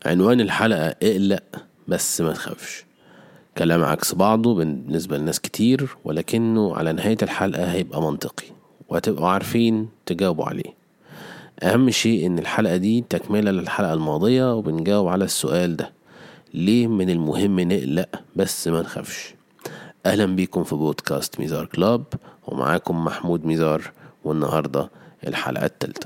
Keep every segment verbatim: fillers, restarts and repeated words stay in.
عنوان الحلقة اقلق بس ما تخافش. كلام عكس بعضه بالنسبة لناس كتير، ولكنه على نهاية الحلقة هيبقى منطقي وهتبقوا عارفين تجاوبوا عليه. اهم شيء ان الحلقة دي تكملة للحلقة الماضية، وبنجاوب على السؤال ده: ليه من المهم نقلق بس ما نخافش؟ اهلا بيكم في بودكاست ميزار كلاب، ومعاكم محمود ميزار، والنهاردة الحلقة الثالثة.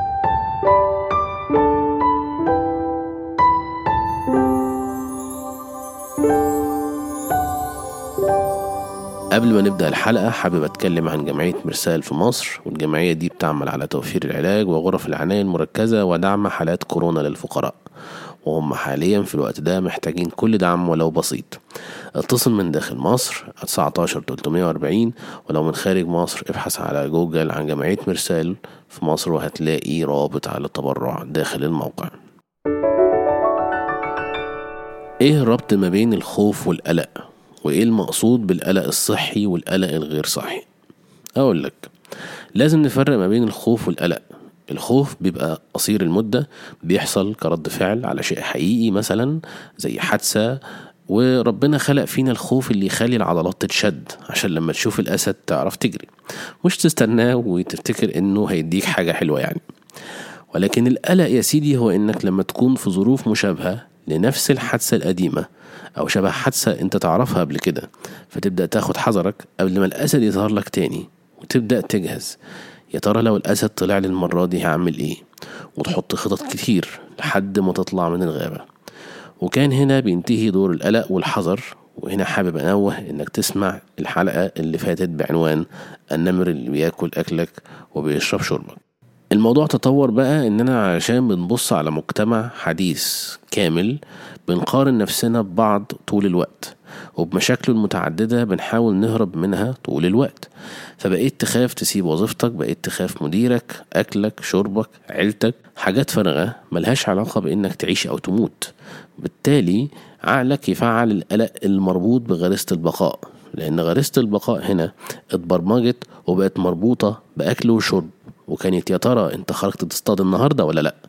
قبل ما نبدأ الحلقة حابب أتكلم عن جمعية مرسال في مصر، والجمعية دي بتعمل على توفير العلاج وغرف العناية المركزة ودعم حالات كورونا للفقراء، وهم حاليا في الوقت ده محتاجين كل دعم ولو بسيط. اتصل من داخل مصر تسعتاشر تلتمية واربعين، ولو من خارج مصر ابحث على جوجل عن جمعية مرسال في مصر وهتلاقي رابط على التبرع داخل الموقع. ايه الربط ما بين الخوف والقلق؟ وايه المقصود بالقلق الصحي والقلق الغير صحي؟ اقول لك، لازم نفرق ما بين الخوف والقلق. الخوف بيبقى قصير المدة، بيحصل كرد فعل على شيء حقيقي، مثلا زي حادثة، وربنا خلق فينا الخوف اللي يخلي العضلات تتشد عشان لما تشوف الأسد تعرف تجري، مش تستناه وتفتكر انه هيديك حاجة حلوة يعني. ولكن القلق يا سيدي هو انك لما تكون في ظروف مشابهة لنفس الحادثة القديمة او شبه حادثة انت تعرفها قبل كده، فتبدأ تاخد حذرك قبل ما الأسد يظهر لك تاني، وتبدأ تجهز. يا ترى لو الأسد طلع لي المرة دي هعمل ايه؟ وتحط خطط كتير لحد ما تطلع من الغابة. وكان هنا بينتهي دور القلق والحذر. وهنا حابب أنوه انك تسمع الحلقة اللي فاتت بعنوان النمر اللي بياكل أكلك وبيشرب شربك. الموضوع تطور بقى اننا عشان بنبص على مجتمع حديث كامل، بنقارن نفسنا ببعض طول الوقت، وبمشاكله المتعددة بنحاول نهرب منها طول الوقت. فبقيت تخاف تسيب وظيفتك، بقيت تخاف مديرك، أكلك، شربك، عيلتك، حاجات فارغة ملهاش علاقة بإنك تعيش أو تموت. بالتالي عقلك يفعل القلق المربوط بغريزة البقاء، لأن غريزة البقاء هنا اتبرمجت وبقت مربوطة بأكل وشرب. وكانت يا ترى انت خرجت تصطاد النهاردة ولا لأ،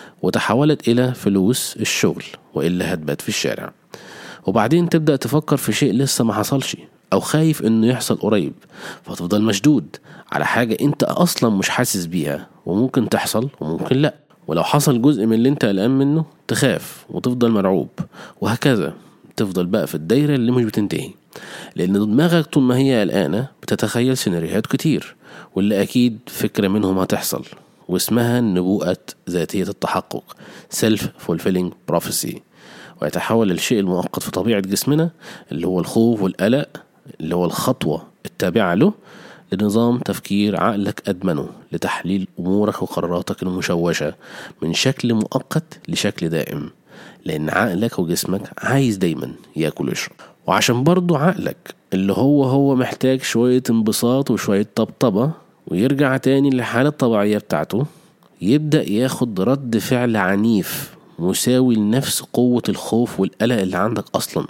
وتحولت إلى فلوس الشغل، وإلا هتبات في الشارع. وبعدين تبدأ تفكر في شيء لسه ما حصلش أو خايف إنه يحصل قريب، فتفضل مشدود على حاجة انت أصلا مش حاسس بيها، وممكن تحصل وممكن لأ. ولو حصل جزء من اللي انت قلقان منه تخاف وتفضل مرعوب، وهكذا تفضل بقى في الدايرة اللي مش بتنتهي. لأن دماغك طول ما هي قلقانة بتتخيل سيناريوهات كتير، واللي أكيد فكرة منهم هتحصل، واسمها النبوءة ذاتية التحقق self-fulfilling prophecy. ويتحول الشيء المؤقت في طبيعة جسمنا اللي هو الخوف والقلق، اللي هو الخطوة التابعة له لنظام تفكير عقلك أدمنه لتحليل أمورك وقراراتك المشوشة من شكل مؤقت لشكل دائم. لأن عقلك وجسمك عايز دايما يأكل ويشرب، وعشان برضو عقلك اللي هو هو محتاج شوية انبساط وشوية طبطبة ويرجع تاني للحالة الطبيعية بتاعته، يبدأ ياخد رد فعل عنيف مساوي لنفس قوة الخوف والقلق اللي عندك أصلا،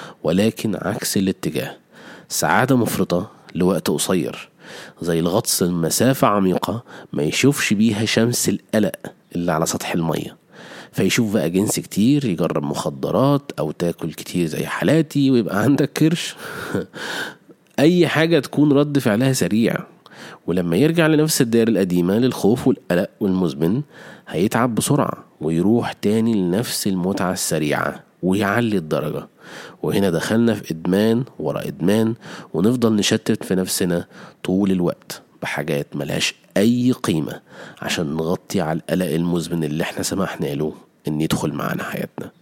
ولكن عكس الاتجاه. سعادة مفرطة لوقت قصير، زي الغطس المسافة عميقة ما يشوفش بيها شمس القلق اللي على سطح المية، فيشوف بقى جنس كتير، يجرب مخدرات أو تاكل كتير زي حالاتي ويبقى عندك كرش أي حاجة تكون رد فعلها سريع. ولما يرجع لنفس الدائرة القديمة للخوف والقلق والمزمن، هيتعب بسرعة ويروح تاني لنفس المتعة السريعة ويعلي الدرجة. وهنا دخلنا في إدمان ورا إدمان، ونفضل نشتت في نفسنا طول الوقت بحاجات ملهاش أي قيمة عشان نغطي على القلق المزمن اللي احنا سمحنا له إن يدخل معنا حياتنا.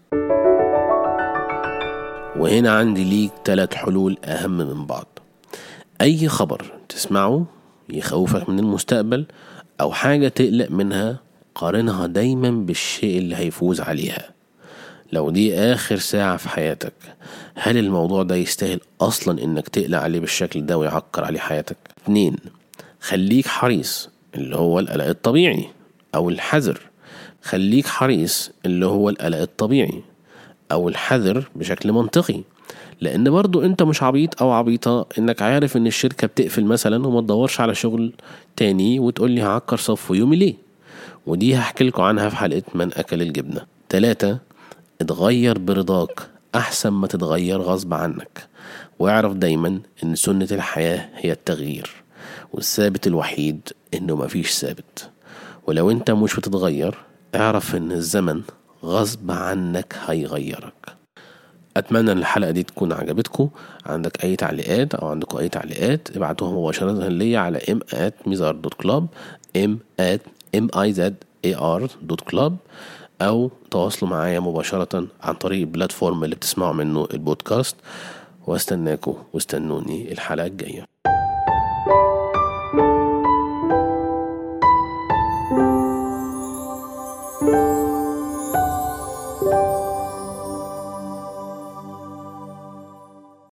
وهنا عندي ليك ثلاث حلول أهم من بعض. أي خبر تسمعه يخوفك من المستقبل أو حاجة تقلق منها، قارنها دايما بالشيء اللي هيفوز عليها. لو دي آخر ساعة في حياتك، هل الموضوع ده يستاهل أصلا إنك تقلق عليه بالشكل ده ويعكر عليه حياتك؟ اتنين، خليك حريص اللي هو القلق الطبيعي أو الحذر. خليك حريص اللي هو القلق الطبيعي أو الحذر بشكل منطقي، لأن برضو أنت مش عبيط أو عبيطة إنك عارف إن الشركة بتقفل مثلا وما تدورش على شغل تاني وتقول لي هعكر صف يومي ليه. ودي هحكي لكم عنها في حلقة من أكل الجبنة. ثلاثة، اتغير برضاك أحسن ما تتغير غصب عنك، واعرف دايما إن سنة الحياة هي التغيير، والثابت الوحيد إنه مفيش ثابت. ولو انت مش بتتغير اعرف ان الزمن غصب عنك هيغيرك. اتمنى ان الحلقة دي تكون عجبتكم. عندك اي تعليقات او عندكم اي تعليقات ابعتوها مباشرة ليا على ام ات ميزار دوت كلوب ام ات ام اي زد اي ار دوت كلوب، او تواصلوا معايا مباشرة عن طريق البلاتفورم اللي بتسمعوا منه البودكاست. واستناكم واستنوني الحلقة الجاية.